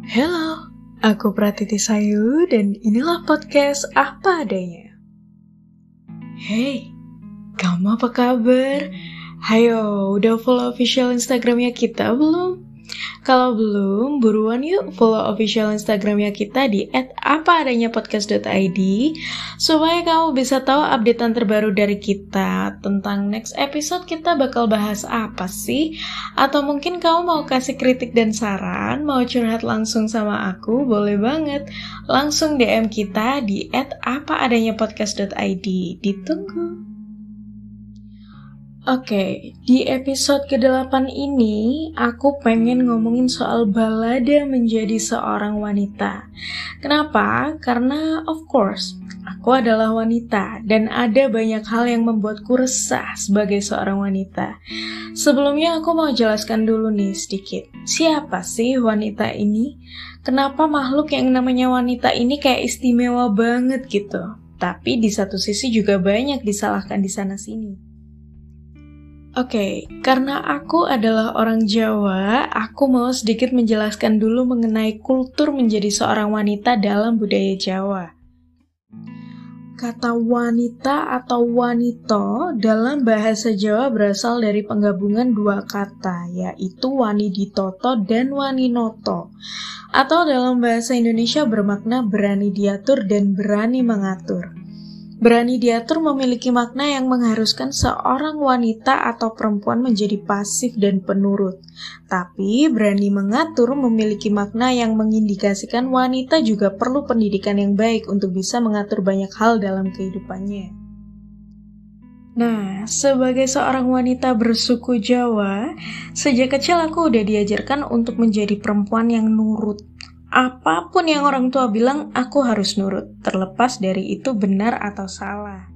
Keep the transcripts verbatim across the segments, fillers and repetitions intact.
Halo, aku Pratiti Sayu dan inilah podcast Apa Adanya. Hey, kamu apa kabar? Hayo, udah follow official Instagramnya kita belum? Kalau belum, buruan yuk follow official Instagramnya kita di et apa adanya podcast dot i d supaya kamu bisa tahu updatean terbaru dari kita tentang next episode kita bakal bahas apa sih? Atau mungkin kamu mau kasih kritik dan saran, mau curhat langsung sama aku, boleh banget. Langsung D M kita di et apa adanya podcast dot i d. Ditunggu. Oke, di episode kedelapan ini aku pengen ngomongin soal balada menjadi seorang wanita. Kenapa? Karena of course, aku adalah wanita dan ada banyak hal yang membuatku resah sebagai seorang wanita. Sebelumnya aku mau jelaskan dulu nih sedikit. Siapa sih wanita ini? Kenapa makhluk yang namanya wanita ini kayak istimewa banget gitu? Tapi di satu sisi juga banyak disalahkan di sana-sini. Oke, okay, karena aku adalah orang Jawa, aku mau sedikit menjelaskan dulu mengenai kultur menjadi seorang wanita dalam budaya Jawa. Kata wanita atau wanito dalam bahasa Jawa berasal dari penggabungan dua kata, yaitu waniditoto dan waninoto. Atau dalam bahasa Indonesia bermakna berani diatur dan berani mengatur. Berani diatur memiliki makna yang mengharuskan seorang wanita atau perempuan menjadi pasif dan penurut. Tapi berani mengatur memiliki makna yang mengindikasikan wanita juga perlu pendidikan yang baik untuk bisa mengatur banyak hal dalam kehidupannya. Nah, sebagai seorang wanita bersuku Jawa, sejak kecil aku udah diajarkan untuk menjadi perempuan yang nurut. Apapun yang orang tua bilang, aku harus nurut, terlepas dari itu benar atau salah.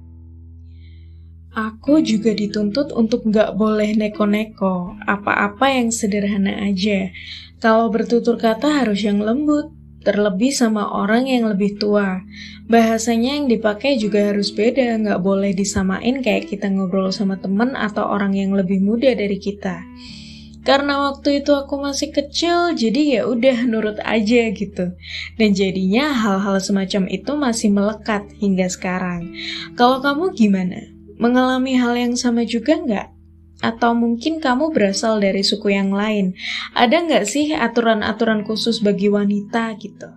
Aku juga dituntut untuk nggak boleh neko-neko, apa-apa yang sederhana aja. Kalau bertutur kata harus yang lembut, terlebih sama orang yang lebih tua. Bahasanya yang dipakai juga harus beda, nggak boleh disamain kayak kita ngobrol sama teman atau orang yang lebih muda dari kita. Karena waktu itu aku masih kecil, jadi ya udah nurut aja gitu. Dan jadinya hal-hal semacam itu masih melekat hingga sekarang. Kalau kamu gimana? Mengalami hal yang sama juga nggak? Atau mungkin kamu berasal dari suku yang lain? Ada nggak sih aturan-aturan khusus bagi wanita gitu?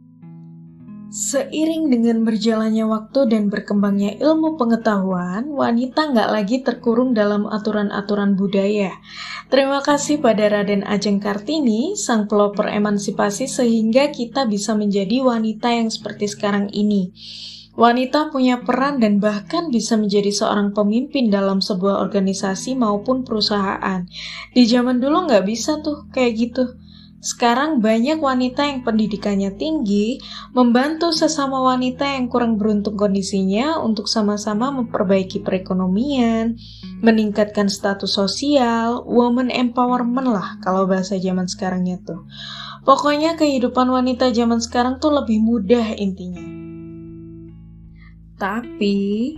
Seiring dengan berjalannya waktu dan berkembangnya ilmu pengetahuan, wanita nggak lagi terkurung dalam aturan-aturan budaya. Terima kasih pada Raden Ajeng Kartini, sang pelopor emansipasi sehingga kita bisa menjadi wanita yang seperti sekarang ini. Wanita punya peran dan bahkan bisa menjadi seorang pemimpin dalam sebuah organisasi maupun perusahaan. Di zaman dulu nggak bisa tuh kayak gitu. Sekarang banyak wanita yang pendidikannya tinggi, membantu sesama wanita yang kurang beruntung kondisinya untuk sama-sama memperbaiki perekonomian, meningkatkan status sosial, woman empowerment lah kalau bahasa zaman sekarangnya tuh. Pokoknya kehidupan wanita zaman sekarang tuh lebih mudah intinya. Tapi,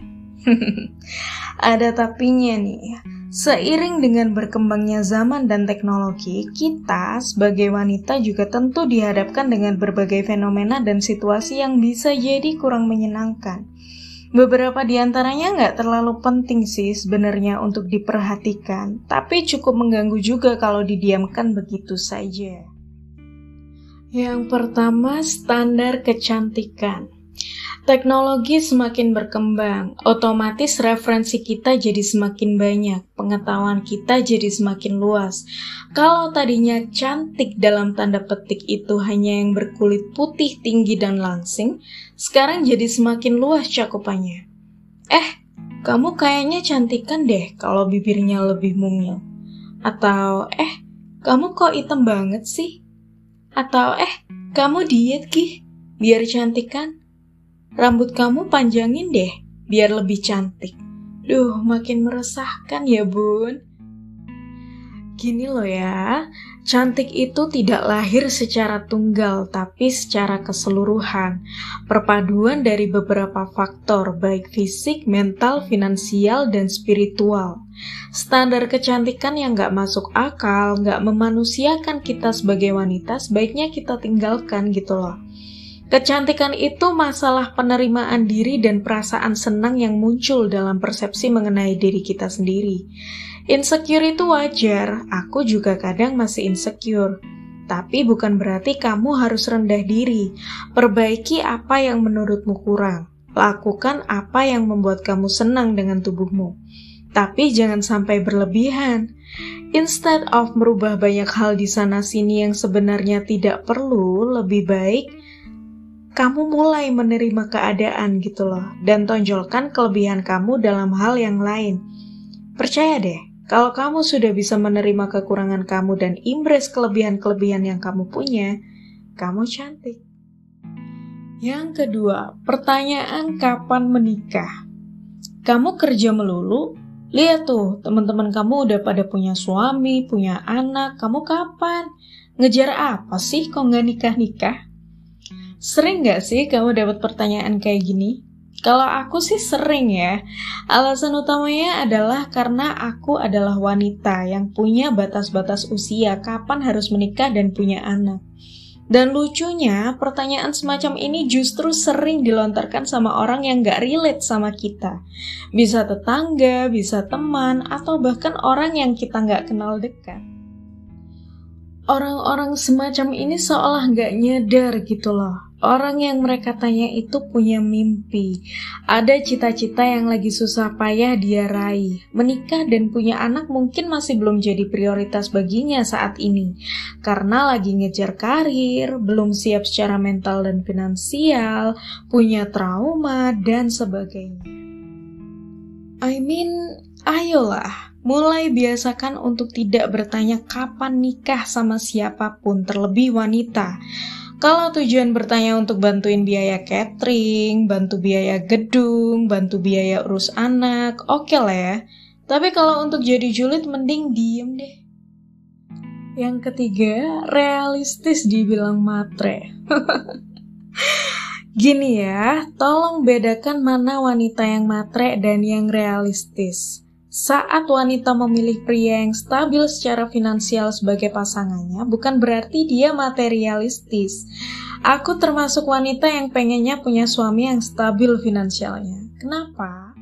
ada tapinya nih. Seiring dengan berkembangnya zaman dan teknologi, kita sebagai wanita juga tentu dihadapkan dengan berbagai fenomena dan situasi yang bisa jadi kurang menyenangkan. Beberapa di antaranya nggak terlalu penting sih sebenarnya untuk diperhatikan, tapi cukup mengganggu juga kalau didiamkan begitu saja. Yang pertama, standar kecantikan. Teknologi semakin berkembang, otomatis referensi kita jadi semakin banyak, pengetahuan kita jadi semakin luas. Kalau tadinya cantik dalam tanda petik itu hanya yang berkulit putih, tinggi, dan langsing, sekarang jadi semakin luas cakupannya. Eh, kamu kayaknya cantikan deh kalau bibirnya lebih mungil. Atau, eh, kamu kok hitam banget sih? Atau, eh, kamu diet gih, biar cantikan. Rambut kamu panjangin deh, biar lebih cantik. Duh, makin meresahkan ya bun. Gini loh ya, cantik itu tidak lahir secara tunggal, tapi secara keseluruhan. Perpaduan dari beberapa faktor, baik fisik, mental, finansial, dan spiritual. Standar kecantikan yang gak masuk akal, gak memanusiakan kita sebagai wanita, sebaiknya kita tinggalkan gitu loh. Kecantikan itu masalah penerimaan diri dan perasaan senang yang muncul dalam persepsi mengenai diri kita sendiri. Insecure itu wajar, aku juga kadang masih insecure. Tapi bukan berarti kamu harus rendah diri. Perbaiki apa yang menurutmu kurang. Lakukan apa yang membuat kamu senang dengan tubuhmu. Tapi jangan sampai berlebihan. Instead of merubah banyak hal di sana-sini yang sebenarnya tidak perlu, lebih baik kamu mulai menerima keadaan gitu loh. Dan tonjolkan kelebihan kamu dalam hal yang lain. Percaya deh. Kalau kamu sudah bisa menerima kekurangan kamu dan embrace kelebihan-kelebihan yang kamu punya, kamu cantik. Yang kedua, pertanyaan kapan menikah? Kamu kerja melulu? Lihat tuh, teman-teman kamu udah pada punya suami, punya anak, kamu kapan? Ngejar apa sih kok nggak nikah-nikah? Sering nggak sih kamu dapat pertanyaan kayak gini? Kalau aku sih sering ya. Alasan utamanya adalah karena aku adalah wanita yang punya batas-batas usia kapan harus menikah dan punya anak. Dan lucunya, pertanyaan semacam ini justru sering dilontarkan sama orang yang gak relate sama kita. Bisa tetangga, bisa teman, atau bahkan orang yang kita gak kenal dekat. Orang-orang semacam ini seolah gak nyadar gitu loh. Orang yang mereka tanya itu punya mimpi. Ada cita-cita yang lagi susah payah dia raih. Menikah dan punya anak mungkin masih belum jadi prioritas baginya saat ini. Karena lagi ngejar karir, belum siap secara mental dan finansial, punya trauma, dan sebagainya. I mean, ayolah. Mulai biasakan untuk tidak bertanya kapan nikah sama siapapun, terlebih wanita. Kalau tujuan bertanya untuk bantuin biaya catering, bantu biaya gedung, bantu biaya urus anak, oke lah ya. Tapi kalau untuk jadi julid, mending diem deh. Yang ketiga, realistis dibilang matre. Gini ya, tolong bedakan mana wanita yang matre dan yang realistis. Saat wanita memilih pria yang stabil secara finansial sebagai pasangannya, bukan berarti dia materialistis. Aku termasuk wanita yang pengennya punya suami yang stabil finansialnya. Kenapa?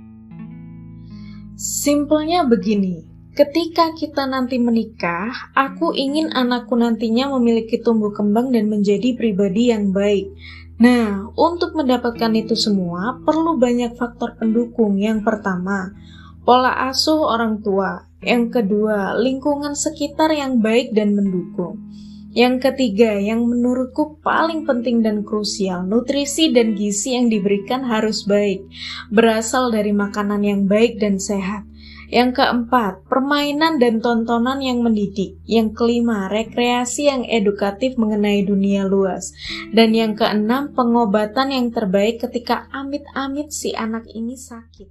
Simpelnya begini, ketika kita nanti menikah, aku ingin anakku nantinya memiliki tumbuh kembang dan menjadi pribadi yang baik. Nah, untuk mendapatkan itu semua, perlu banyak faktor pendukung. Yang pertama, pola asuh orang tua. Yang kedua, lingkungan sekitar yang baik dan mendukung. Yang ketiga, yang menurutku paling penting dan krusial, nutrisi dan gizi yang diberikan harus baik, berasal dari makanan yang baik dan sehat. Yang keempat, permainan dan tontonan yang mendidik. Yang kelima, rekreasi yang edukatif mengenai dunia luas. Dan yang keenam, pengobatan yang terbaik ketika amit-amit si anak ini sakit.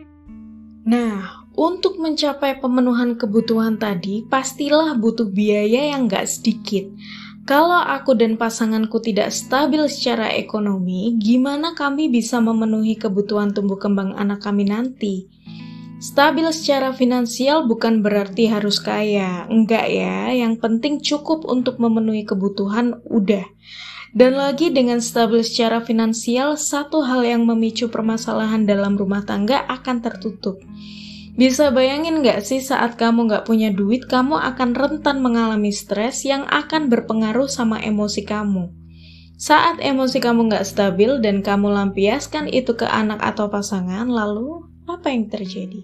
Nah, untuk mencapai pemenuhan kebutuhan tadi, pastilah butuh biaya yang gak sedikit. Kalau aku dan pasanganku tidak stabil secara ekonomi, gimana kami bisa memenuhi kebutuhan tumbuh kembang anak kami nanti? Stabil secara finansial bukan berarti harus kaya, enggak ya, yang penting cukup untuk memenuhi kebutuhan udah. Dan lagi dengan stabil secara finansial, satu hal yang memicu permasalahan dalam rumah tangga akan tertutup. Bisa bayangin gak sih saat kamu gak punya duit, kamu akan rentan mengalami stres yang akan berpengaruh sama emosi kamu. Saat emosi kamu gak stabil dan kamu lampiaskan itu ke anak atau pasangan, lalu apa yang terjadi?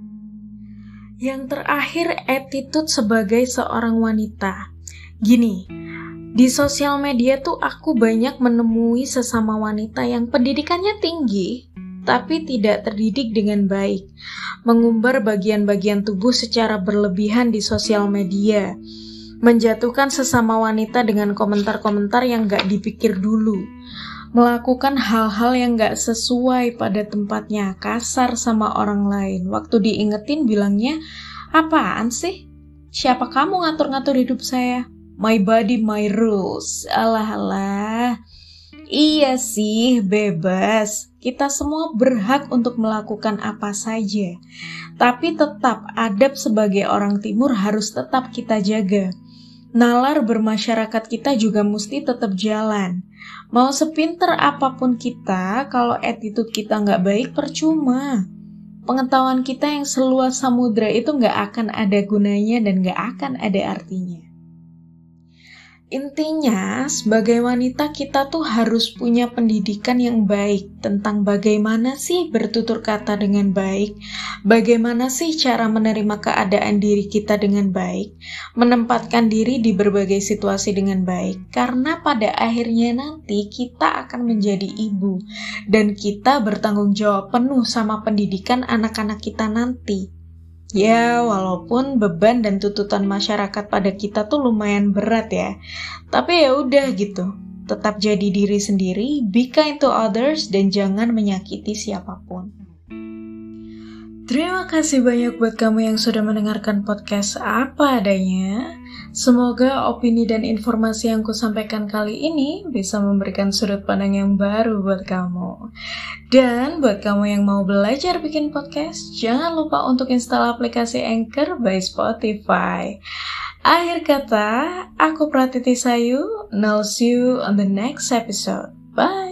Yang terakhir, attitude sebagai seorang wanita. Gini, di sosial media tuh aku banyak menemui sesama wanita yang pendidikannya tinggi, tapi tidak terdidik dengan baik, mengumbar bagian-bagian tubuh secara berlebihan di sosial media, menjatuhkan sesama wanita dengan komentar-komentar yang gak dipikir dulu, melakukan hal-hal yang gak sesuai pada tempatnya, kasar sama orang lain. Waktu diingetin bilangnya, apaan sih? Siapa kamu ngatur-ngatur hidup saya? My body, my rules. Alah alah. Iya sih, bebas. Kita semua berhak untuk melakukan apa saja. Tapi tetap adab sebagai orang timur harus tetap kita jaga. Nalar bermasyarakat kita juga mesti tetap jalan. Mau sepinter apapun kita, kalau attitude kita nggak baik percuma. Pengetahuan kita yang seluas samudra itu nggak akan ada gunanya dan nggak akan ada artinya. Intinya, sebagai wanita kita tuh harus punya pendidikan yang baik tentang bagaimana sih bertutur kata dengan baik, bagaimana sih cara menerima keadaan diri kita dengan baik, menempatkan diri di berbagai situasi dengan baik, karena pada akhirnya nanti kita akan menjadi ibu, dan kita bertanggung jawab penuh sama pendidikan anak-anak kita nanti. Ya, walaupun beban dan tuntutan masyarakat pada kita tuh lumayan berat ya. Tapi ya udah gitu. Tetap jadi diri sendiri, be kind to others, dan jangan menyakiti siapapun. Terima kasih banyak buat kamu yang sudah mendengarkan podcast apa adanya. Semoga opini dan informasi yang kusampaikan kali ini bisa memberikan sudut pandang yang baru buat kamu. Dan buat kamu yang mau belajar bikin podcast, jangan lupa untuk install aplikasi Anchor by Spotify. Akhir kata, aku Pratiti Sayu, and I'll see you on the next episode. Bye!